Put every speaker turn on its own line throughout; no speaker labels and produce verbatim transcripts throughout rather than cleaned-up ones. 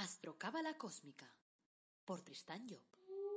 Astrocábala Cósmica, por Tristán Job.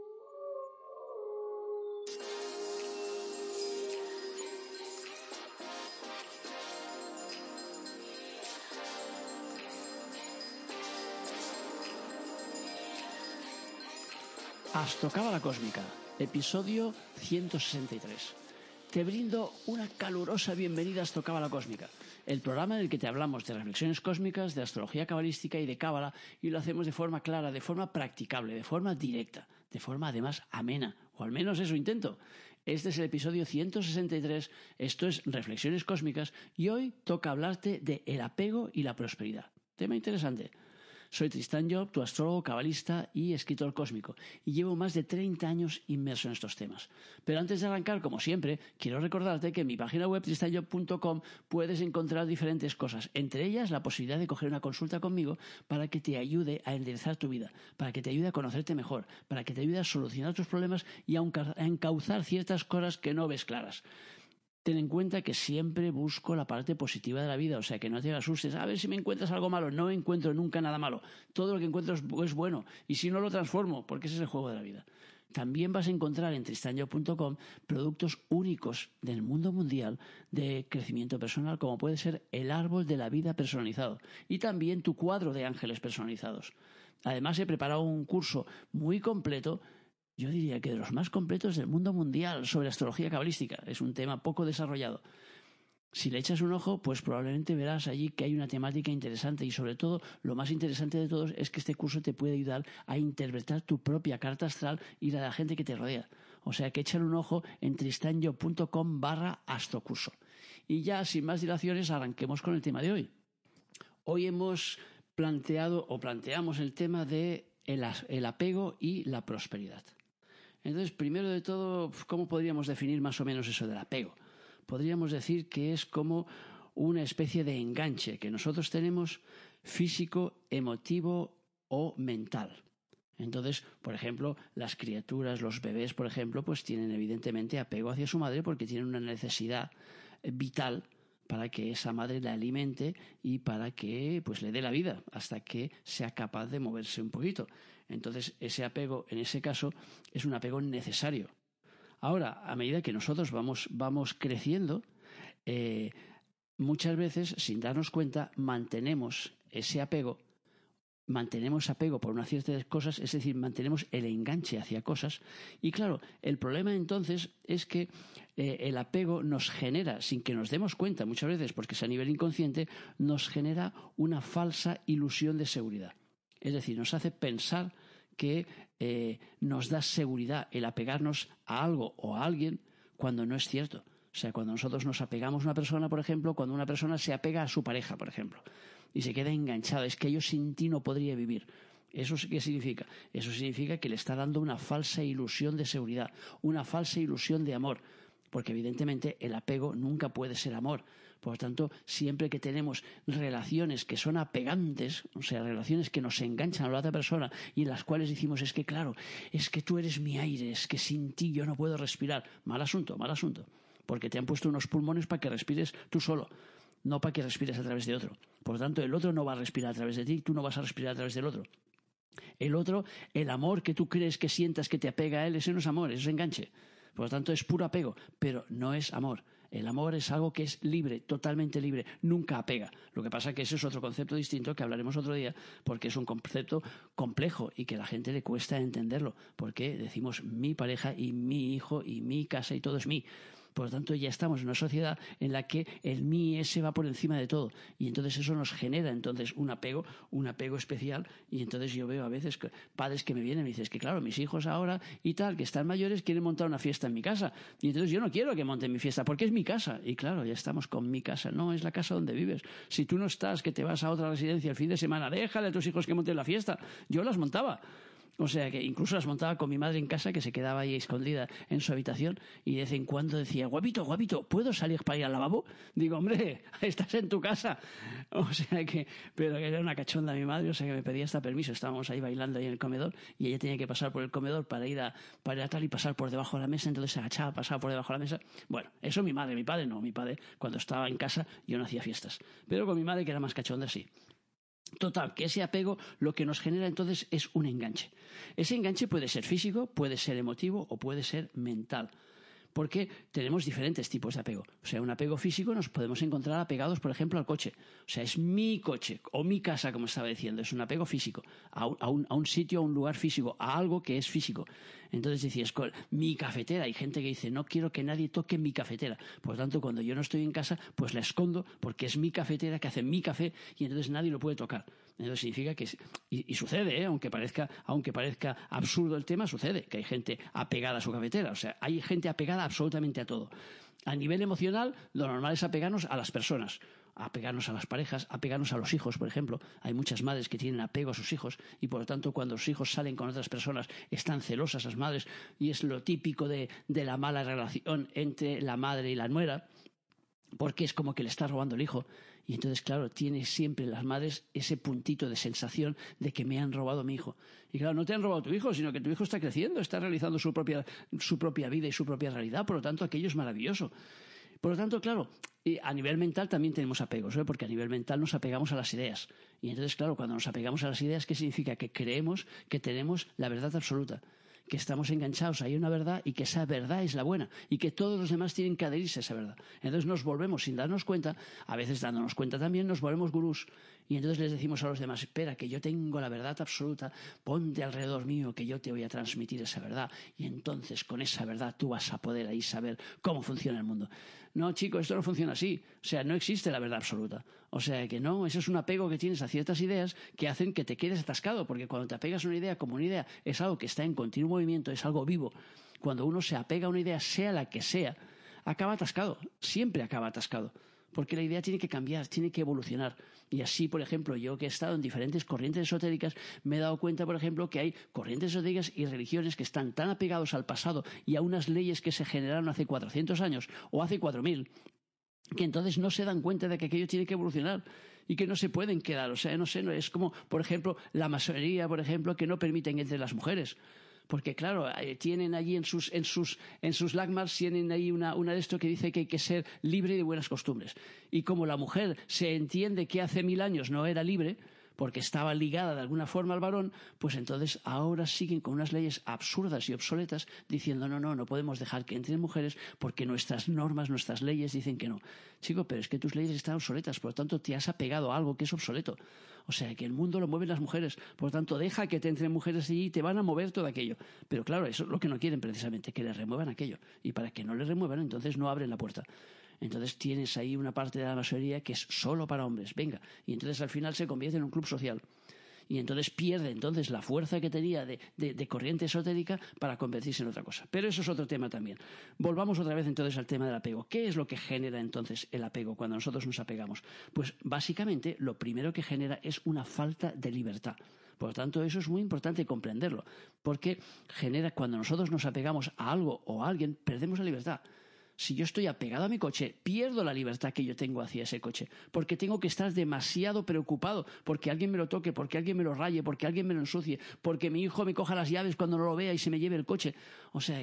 Astrocábala Cósmica, episodio ciento sesenta y tres. Te brindo una calurosa bienvenida a Astrocábala Cósmica, el programa en el que te hablamos de reflexiones cósmicas, de astrología cabalística y de cábala, y lo hacemos de forma clara, de forma practicable, de forma directa, de forma además amena, o al menos eso intento. Este es el episodio ciento sesenta y tres, esto es Reflexiones Cósmicas, y hoy toca hablarte de el apego y la prosperidad. Tema interesante. Soy Tristán Job, tu astrólogo, cabalista y escritor cósmico, y llevo más de treinta años inmerso en estos temas. Pero antes de arrancar, como siempre, quiero recordarte que en mi página web tristán job punto com puedes encontrar diferentes cosas, entre ellas la posibilidad de coger una consulta conmigo para que te ayude a enderezar tu vida, para que te ayude a conocerte mejor, para que te ayude a solucionar tus problemas y a encauzar ciertas cosas que no ves claras. Ten en cuenta que siempre busco la parte positiva de la vida, o sea, que no te asustes, a ver si me encuentras algo malo. No encuentro nunca nada malo. Todo lo que encuentro es bueno, y si no lo transformo, porque ese es el juego de la vida. También vas a encontrar en tristán job punto com productos únicos del mundo mundial de crecimiento personal, como puede ser el árbol de la vida personalizado y también tu cuadro de ángeles personalizados. Además, he preparado un curso muy completo, yo diría que de los más completos del mundo mundial, sobre astrología cabalística. Es un tema poco desarrollado. Si le echas un ojo, pues probablemente verás allí que hay una temática interesante, y sobre todo, lo más interesante de todos es que este curso te puede ayudar a interpretar tu propia carta astral y la de la gente que te rodea. O sea que échale un ojo en tristán job punto com barra astrocurso. Y ya, sin más dilaciones, arranquemos con el tema de hoy. Hoy hemos planteado o planteamos el tema de el, el apego y la prosperidad. Entonces, primero de todo, ¿cómo podríamos definir más o menos eso del apego? Podríamos decir que es como una especie de enganche que nosotros tenemos físico, emotivo o mental. Entonces, por ejemplo, las criaturas, los bebés, por ejemplo, pues tienen evidentemente apego hacia su madre porque tienen una necesidad vital para que esa madre la alimente y para que pues le dé la vida hasta que sea capaz de moverse un poquito. Entonces, ese apego, en ese caso, es un apego necesario. Ahora, a medida que nosotros vamos, vamos creciendo, eh, muchas veces, sin darnos cuenta, mantenemos ese apego, mantenemos apego por una cierta de cosas, es decir, mantenemos el enganche hacia cosas. Y claro, el problema entonces es que eh, el apego nos genera, sin que nos demos cuenta muchas veces, porque es a nivel inconsciente, nos genera una falsa ilusión de seguridad. Es decir, nos hace pensar que eh, nos da seguridad el apegarnos a algo o a alguien cuando no es cierto. O sea, cuando nosotros nos apegamos a una persona, por ejemplo, cuando una persona se apega a su pareja, por ejemplo, y se queda enganchada, es que yo sin ti no podría vivir. ¿Eso qué significa? Eso significa que le está dando una falsa ilusión de seguridad, una falsa ilusión de amor, porque evidentemente el apego nunca puede ser amor. Por lo tanto, siempre que tenemos relaciones que son apegantes, o sea, relaciones que nos enganchan a la otra persona y en las cuales decimos, es que claro, es que tú eres mi aire, es que sin ti yo no puedo respirar. Mal asunto, mal asunto. Porque te han puesto unos pulmones para que respires tú solo, no para que respires a través de otro. Por lo tanto, el otro no va a respirar a través de ti, tú no vas a respirar a través del otro. El otro, el amor que tú crees que sientas que te apega a él, ese no es amor, eso es enganche. Por lo tanto, es puro apego, pero no es amor. El amor es algo que es libre, totalmente libre, nunca apega. Lo que pasa es que ese es otro concepto distinto que hablaremos otro día, porque es un concepto complejo y que a la gente le cuesta entenderlo, porque decimos mi pareja y mi hijo y mi casa y todo es mí. Por lo tanto, ya estamos en una sociedad en la que el mí ese va por encima de todo. Y entonces eso nos genera entonces un apego, un apego especial. Y entonces yo veo a veces que padres que me vienen y me dicen, es que claro, mis hijos ahora y tal, que están mayores, quieren montar una fiesta en mi casa. Y entonces yo no quiero que monten mi fiesta, porque es mi casa. Y claro, ya estamos con mi casa. No, es la casa donde vives. Si tú no estás, que te vas a otra residencia el fin de semana, déjale a tus hijos que monten la fiesta. Yo las montaba. O sea, que incluso las montaba con mi madre en casa, que se quedaba ahí escondida en su habitación, y de vez en cuando decía, guapito, guapito, ¿puedo salir para ir al lavabo? Digo, hombre, estás en tu casa. O sea que, pero que era una cachonda mi madre, o sea que me pedía hasta permiso. Estábamos ahí bailando ahí en el comedor, y ella tenía que pasar por el comedor para ir a, para ir a tal y pasar por debajo de la mesa, entonces se agachaba, pasaba por debajo de la mesa. Bueno, eso mi madre, mi padre no, mi padre cuando estaba en casa yo no hacía fiestas. Pero con mi madre, que era más cachonda, sí. Total, que ese apego lo que nos genera entonces es un enganche. Ese enganche puede ser físico, puede ser emotivo o puede ser mental. Porque tenemos diferentes tipos de apego. O sea, un apego físico nos podemos encontrar apegados, por ejemplo, al coche. O sea, es mi coche o mi casa, como estaba diciendo. Es un apego físico a un, a un, a un sitio, a un lugar físico, a algo que es físico. Entonces decías, mi cafetera. Hay gente que dice, no quiero que nadie toque mi cafetera. Por lo tanto, cuando yo no estoy en casa, pues la escondo porque es mi cafetera que hace mi café y entonces nadie lo puede tocar. Entonces significa que... Y, y sucede, ¿eh? aunque parezca, aunque parezca absurdo el tema, sucede que hay gente apegada a su cafetera. O sea, hay gente apegada absolutamente a todo. A nivel emocional, lo normal es apegarnos a las personas, apegarnos a las parejas, apegarnos a los hijos, por ejemplo. Hay muchas madres que tienen apego a sus hijos y, por lo tanto, cuando los hijos salen con otras personas, están celosas las madres y es lo típico de, de la mala relación entre la madre y la nuera, porque es como que le está robando el hijo. Y entonces, claro, tiene siempre las madres ese puntito de sensación de que me han robado a mi hijo. Y claro, no te han robado a tu hijo, sino que tu hijo está creciendo, está realizando su propia, su propia vida y su propia realidad. Por lo tanto, aquello es maravilloso. Por lo tanto, claro, a nivel mental también tenemos apegos, ¿eh? Porque a nivel mental nos apegamos a las ideas. Y entonces, claro, cuando nos apegamos a las ideas, ¿qué significa? Que creemos que tenemos la verdad absoluta, que estamos enganchados ahí a una verdad y que esa verdad es la buena y que todos los demás tienen que adherirse a esa verdad. Entonces nos volvemos, sin darnos cuenta, a veces dándonos cuenta también, nos volvemos gurús y entonces les decimos a los demás, espera, que yo tengo la verdad absoluta, ponte alrededor mío que yo te voy a transmitir esa verdad y entonces con esa verdad tú vas a poder ahí saber cómo funciona el mundo. No, chico, esto no funciona así. O sea, no existe la verdad absoluta. O sea, que no, eso es un apego que tienes a ciertas ideas que hacen que te quedes atascado, porque cuando te apegas a una idea como una idea es algo que está en continuo movimiento, es algo vivo. Cuando uno se apega a una idea, sea la que sea, acaba atascado, siempre acaba atascado. Porque la idea tiene que cambiar, tiene que evolucionar. Y así, por ejemplo, yo que he estado en diferentes corrientes esotéricas, me he dado cuenta, por ejemplo, que hay corrientes esotéricas y religiones que están tan apegados al pasado y a unas leyes que se generaron hace cuatrocientos años o hace cuatro mil, que entonces no se dan cuenta de que aquello tiene que evolucionar y que no se pueden quedar. O sea, no sé, no es como, por ejemplo, la masonería, por ejemplo, que no permiten entre las mujeres. Porque, claro, tienen allí en sus, en sus, en sus lagmas, tienen ahí una, una de esto que dice que hay que ser libre y de buenas costumbres. Y como la mujer se entiende que hace mil años no era libre, porque estaba ligada de alguna forma al varón, pues entonces ahora siguen con unas leyes absurdas y obsoletas diciendo no, no, no podemos dejar que entren mujeres porque nuestras normas, nuestras leyes dicen que no. Chico, pero es que tus leyes están obsoletas, por lo tanto te has apegado a algo que es obsoleto. O sea, que el mundo lo mueven las mujeres, por lo tanto deja que te entren mujeres allí y te van a mover todo aquello. Pero claro, eso es lo que no quieren precisamente, que les remuevan aquello. Y para que no les remuevan, entonces no abren la puerta. Entonces tienes ahí una parte de la masonería que es solo para hombres, venga, y entonces al final se convierte en un club social. Y entonces pierde entonces la fuerza que tenía de, de, de corriente esotérica para convertirse en otra cosa. Pero eso es otro tema también. Volvamos otra vez entonces al tema del apego. ¿Qué es lo que genera entonces el apego cuando nosotros nos apegamos? Pues básicamente lo primero que genera es una falta de libertad. Por lo tanto, eso es muy importante comprenderlo, porque genera, cuando nosotros nos apegamos a algo o a alguien, perdemos la libertad. Si yo estoy apegado a mi coche, pierdo la libertad que yo tengo hacia ese coche, porque tengo que estar demasiado preocupado porque alguien me lo toque, porque alguien me lo raye, porque alguien me lo ensucie, porque mi hijo me coja las llaves cuando no lo vea y se me lleve el coche. O sea,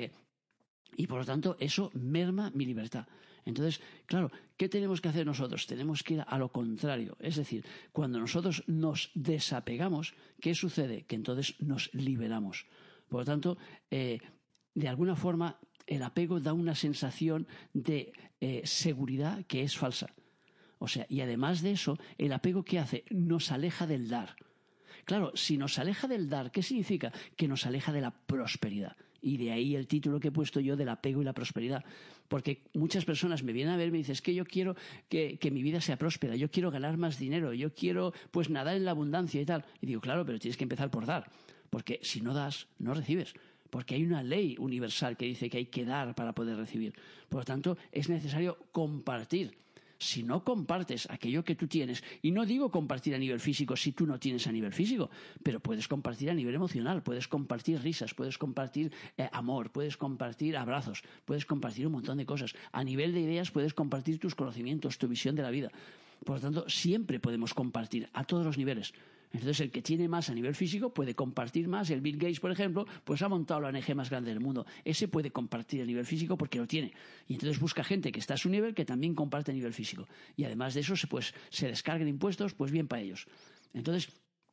y por lo tanto eso merma mi libertad. Entonces, claro, ¿qué tenemos que hacer nosotros? Tenemos que ir a lo contrario. Es decir, cuando nosotros nos desapegamos, ¿qué sucede? Que entonces nos liberamos. Por lo tanto, eh, de alguna forma, el apego da una sensación de eh, seguridad que es falsa. O sea, y además de eso, el apego ¿qué hace? Nos aleja del dar. Claro, si nos aleja del dar, ¿qué significa? Que nos aleja de la prosperidad. Y de ahí el título que he puesto yo del apego y la prosperidad. Porque muchas personas me vienen a ver y me dicen, es que yo quiero que, que mi vida sea próspera, yo quiero ganar más dinero, yo quiero pues nadar en la abundancia y tal. Y digo, claro, pero tienes que empezar por dar. Porque si no das, no recibes. Porque hay una ley universal que dice que hay que dar para poder recibir. Por lo tanto, es necesario compartir. Si no compartes aquello que tú tienes, y no digo compartir a nivel físico si tú no tienes a nivel físico, pero puedes compartir a nivel emocional, puedes compartir risas, puedes compartir eh, amor, puedes compartir abrazos, puedes compartir un montón de cosas. A nivel de ideas puedes compartir tus conocimientos, tu visión de la vida. Por lo tanto, siempre podemos compartir a todos los niveles. Entonces, el que tiene más a nivel físico puede compartir más. El Bill Gates, por ejemplo, pues ha montado la O N Ge más grande del mundo. Ese puede compartir a nivel físico porque lo tiene. Y entonces busca gente que está a su nivel que también comparte a nivel físico. Y además de eso, se, pues, se descarguen impuestos, pues bien para ellos. Entonces,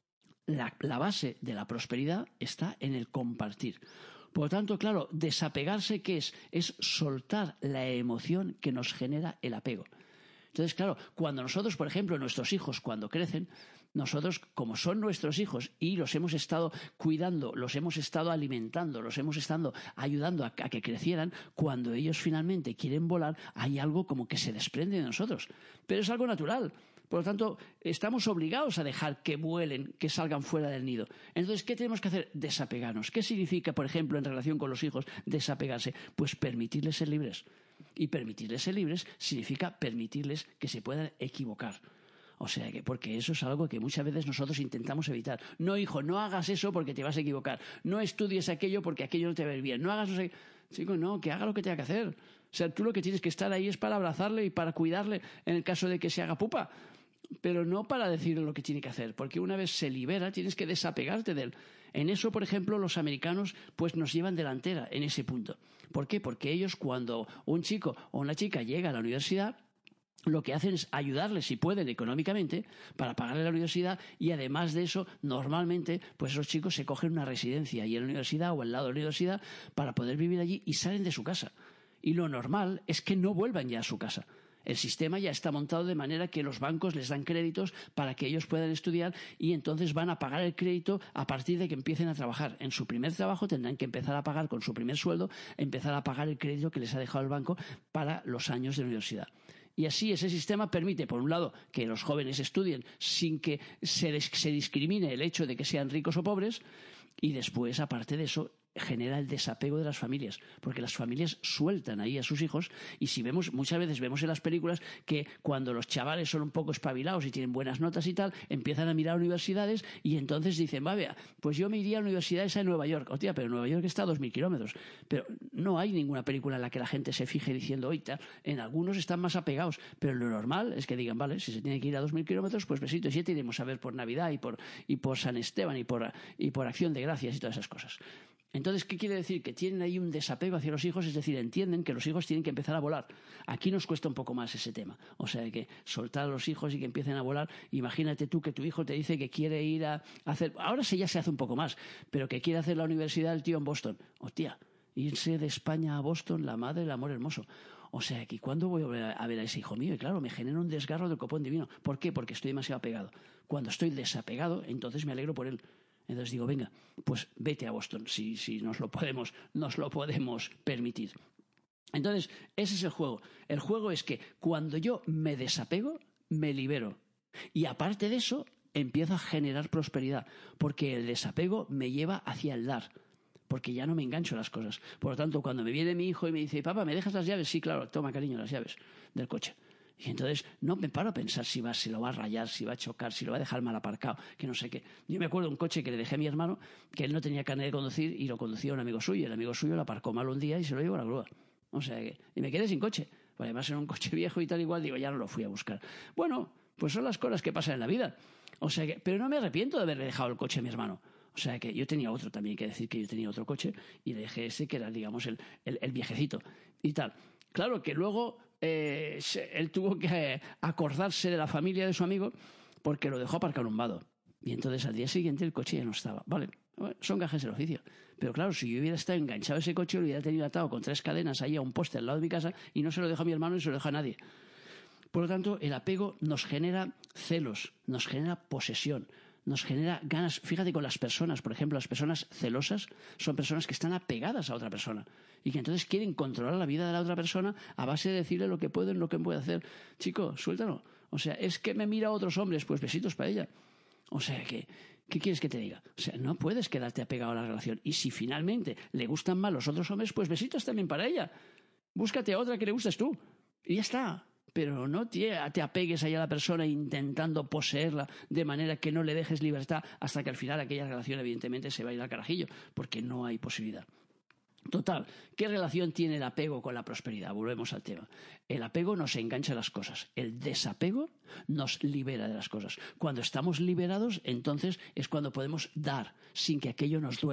la, la base de la prosperidad está en el compartir. Por lo tanto, claro, desapegarse, ¿qué es? Es soltar la emoción que nos genera el apego. Entonces, claro, cuando nosotros, por ejemplo, nuestros hijos, cuando crecen, nosotros, como son nuestros hijos y los hemos estado cuidando, los hemos estado alimentando, los hemos estado ayudando a, a que crecieran, cuando ellos finalmente quieren volar, hay algo como que se desprende de nosotros. Pero es algo natural. Por lo tanto, estamos obligados a dejar que vuelen, que salgan fuera del nido. Entonces, ¿qué tenemos que hacer? Desapegarnos. ¿Qué significa, por ejemplo, en relación con los hijos, desapegarse? Pues permitirles ser libres. Y permitirles ser libres significa permitirles que se puedan equivocar. O sea, que porque eso es algo que muchas veces nosotros intentamos evitar. No, hijo, no hagas eso porque te vas a equivocar. No estudies aquello porque aquello no te va a ir bien. No hagas eso. Chico, no, que haga lo que tenga que hacer. O sea, tú lo que tienes que estar ahí es para abrazarle y para cuidarle en el caso de que se haga pupa. Pero no para decirle lo que tiene que hacer, porque una vez se libera tienes que desapegarte de él. En eso, por ejemplo, los americanos pues nos llevan delantera en ese punto. ¿Por qué? Porque ellos, cuando un chico o una chica llega a la universidad, lo que hacen es ayudarles, si pueden, económicamente, para pagarle la universidad, y además de eso, normalmente, pues esos chicos se cogen una residencia y en la universidad o al lado de la universidad para poder vivir allí y salen de su casa. Y lo normal es que no vuelvan ya a su casa. El sistema ya está montado de manera que los bancos les dan créditos para que ellos puedan estudiar y entonces van a pagar el crédito a partir de que empiecen a trabajar. En su primer trabajo tendrán que empezar a pagar con su primer sueldo, empezar a pagar el crédito que les ha dejado el banco para los años de universidad. Y así ese sistema permite, por un lado, que los jóvenes estudien sin que se, se discrimine el hecho de que sean ricos o pobres, y después, aparte de eso, genera el desapego de las familias, porque las familias sueltan ahí a sus hijos, y si vemos, muchas veces vemos en las películas que cuando los chavales son un poco espabilados y tienen buenas notas y tal, empiezan a mirar universidades y entonces dicen, va, vea, pues yo me iría a la universidad esa de Nueva York. Hostia, pero Nueva York está a dos mil kilómetros. Pero no hay ninguna película en la que la gente se fije diciendo, oye, en algunos están más apegados, pero lo normal es que digan, vale, si se tiene que ir a dos mil kilómetros, pues besito y siete iremos a ver por Navidad y por, y por San Esteban y por, y por Acción de Gracias y todas esas cosas. Entonces, ¿qué quiere decir? Que tienen ahí un desapego hacia los hijos, es decir, entienden que los hijos tienen que empezar a volar. Aquí nos cuesta un poco más ese tema. O sea, que soltar a los hijos y que empiecen a volar. Imagínate tú que tu hijo te dice que quiere ir a hacer... Ahora sí ya se hace un poco más, pero que quiere hacer la universidad el tío en Boston. Hostia, irse de España a Boston, la madre del amor hermoso. O sea, que ¿cuándo voy a ver a, a ver a ese hijo mío? Y claro, me genera un desgarro del copón divino. ¿Por qué? Porque estoy demasiado apegado. Cuando estoy desapegado, entonces me alegro por él. Entonces digo, venga, pues vete a Boston, si, si nos lo podemos, nos lo podemos permitir. Entonces, ese es el juego. El juego es que cuando yo me desapego, me libero. Y aparte de eso, empiezo a generar prosperidad, porque el desapego me lleva hacia el dar, porque ya no me engancho a las cosas. Por lo tanto, cuando me viene mi hijo y me dice, papá, ¿me dejas las llaves? Sí, claro, toma, cariño, las llaves del coche. Y entonces no me paro a pensar si va, si lo va a rayar, si va a chocar, si lo va a dejar mal aparcado, que no sé qué. Yo me acuerdo de un coche que le dejé a mi hermano, que él no tenía carnet de conducir y lo conducía un amigo suyo. El amigo suyo lo aparcó mal un día y se lo llevó a la grúa. O sea que, y me quedé sin coche. Pues además era un coche viejo y tal igual, digo, ya no lo fui a buscar. Bueno, pues son las cosas que pasan en la vida. O sea que, pero no me arrepiento de haberle dejado el coche a mi hermano. O sea que yo tenía otro también, hay que decir que yo tenía otro coche y le dejé ese que era, digamos, el, el, el viejecito y tal. Claro que luego eh, él tuvo que eh, acordarse de la familia de su amigo porque lo dejó aparcar en un vado. Y entonces al día siguiente el coche ya no estaba. Vale, bueno, son gajes del oficio. Pero claro, si yo hubiera estado enganchado a ese coche, lo hubiera tenido atado con tres cadenas ahí a un poste al lado de mi casa y no se lo dejo a mi hermano y se lo dejo a nadie. Por lo tanto, el apego nos genera celos, nos genera posesión, nos genera ganas. Fíjate con las personas, por ejemplo, las personas celosas son personas que están apegadas a otra persona y que entonces quieren controlar la vida de la otra persona a base de decirle lo que pueden, lo que puede hacer. Chico, suéltalo. O sea, es que me mira a otros hombres, pues besitos para ella. O sea, que, ¿qué quieres que te diga? O sea, no puedes quedarte apegado a la relación. Y si finalmente le gustan más los otros hombres, pues besitos también para ella. Búscate a otra que le gustes tú. Y ya está. Pero no te, te apegues ahí a la persona intentando poseerla de manera que no le dejes libertad hasta que al final aquella relación evidentemente se va a ir al carajillo, porque no hay posibilidad. Total, ¿qué relación tiene el apego con la prosperidad? Volvemos al tema. El apego nos engancha a las cosas, el desapego nos libera de las cosas. Cuando estamos liberados, entonces es cuando podemos dar sin que aquello nos duela.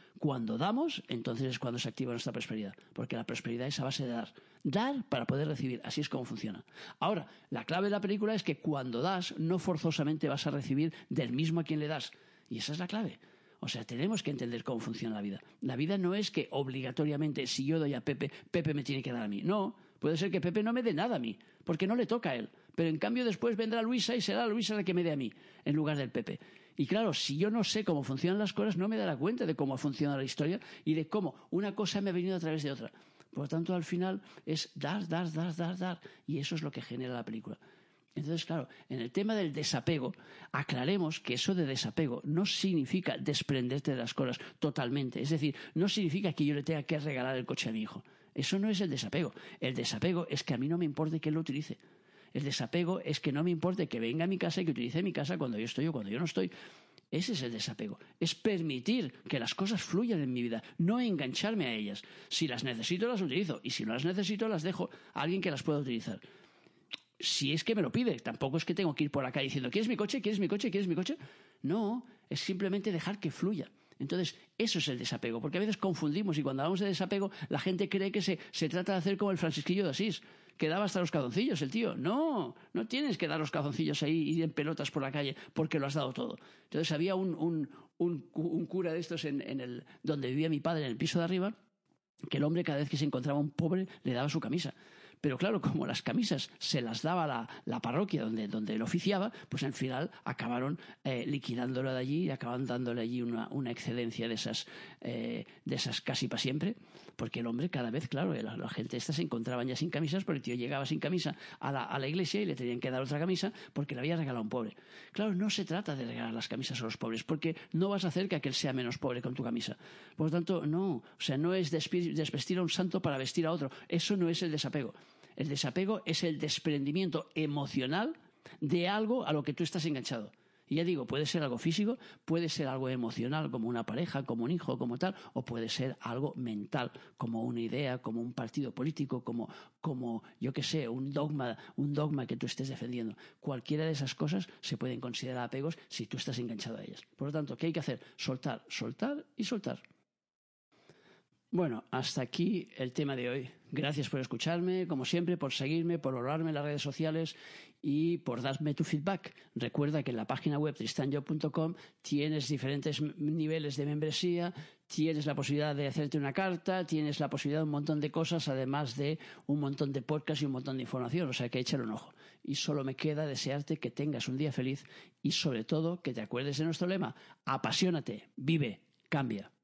Cuando damos, entonces es cuando se activa nuestra prosperidad, porque la prosperidad es a base de dar. Dar para poder recibir, así es como funciona. Ahora, la clave de la película es que cuando das, no forzosamente vas a recibir del mismo a quien le das. Y esa es la clave. O sea, tenemos que entender cómo funciona la vida. La vida no es que obligatoriamente, si yo doy a Pepe, Pepe me tiene que dar a mí. No, puede ser que Pepe no me dé nada a mí, porque no le toca a él. Pero en cambio después vendrá Luisa y será Luisa la que me dé a mí, en lugar del Pepe. Y claro, si yo no sé cómo funcionan las cosas, no me dará cuenta de cómo ha funcionado la historia y de cómo una cosa me ha venido a través de otra. Por lo tanto, al final es dar, dar, dar, dar, dar. Y eso es lo que genera la película. Entonces, claro, en el tema del desapego, aclaremos que eso de desapego no significa desprenderte de las cosas totalmente. Es decir, no significa que yo le tenga que regalar el coche a mi hijo. Eso no es el desapego. El desapego es que a mí no me importe que él lo utilice. El desapego es que no me importe que venga a mi casa y que utilice mi casa cuando yo estoy o cuando yo no estoy. Ese es el desapego. Es permitir que las cosas fluyan en mi vida, no engancharme a ellas. Si las necesito, las utilizo. Y si no las necesito, las dejo a alguien que las pueda utilizar. Si es que me lo pide, tampoco es que tengo que ir por la calle diciendo ¿quieres mi coche? ¿Quieres mi coche? ¿Quieres mi coche? No, es simplemente dejar que fluya. Entonces, eso es el desapego, porque a veces confundimos y cuando hablamos de desapego, la gente cree que se, se trata de hacer como el Francisquillo de Asís, que daba hasta los calzoncillos el tío. No, no tienes que dar los calzoncillos ahí y ir en pelotas por la calle porque lo has dado todo. Entonces, había un, un, un, un cura de estos en, en el, donde vivía mi padre, en el piso de arriba, que el hombre cada vez que se encontraba un pobre le daba su camisa. Pero claro, como las camisas se las daba la, la parroquia donde, donde él oficiaba, pues al final acabaron eh, liquidándolo de allí y acaban dándole allí una, una excedencia de esas, eh, de esas casi para siempre, porque el hombre cada vez, claro, la, la gente esta se encontraban ya sin camisas, porque el tío llegaba sin camisa a la, a la iglesia y le tenían que dar otra camisa porque le había regalado a un pobre. Claro, no se trata de regalar las camisas a los pobres, porque no vas a hacer que aquel sea menos pobre con tu camisa. Por lo tanto, no, o sea, no es desvestir a un santo para vestir a otro. Eso no es el desapego. El desapego es el desprendimiento emocional de algo a lo que tú estás enganchado. Y ya digo, puede ser algo físico, puede ser algo emocional, como una pareja, como un hijo, como tal, o puede ser algo mental, como una idea, como un partido político, como, como yo qué sé, un dogma, un dogma que tú estés defendiendo. Cualquiera de esas cosas se pueden considerar apegos si tú estás enganchado a ellas. Por lo tanto, ¿qué hay que hacer? Soltar, soltar y soltar. Bueno, hasta aquí el tema de hoy. Gracias por escucharme, como siempre, por seguirme, por valorarme en las redes sociales y por darme tu feedback. Recuerda que en la página web tristan job punto com tienes diferentes niveles de membresía, tienes la posibilidad de hacerte una carta, tienes la posibilidad de un montón de cosas, además de un montón de podcasts y un montón de información. O sea que échale un ojo. Y solo me queda desearte que tengas un día feliz y sobre todo que te acuerdes de nuestro lema: apasionate, vive, cambia.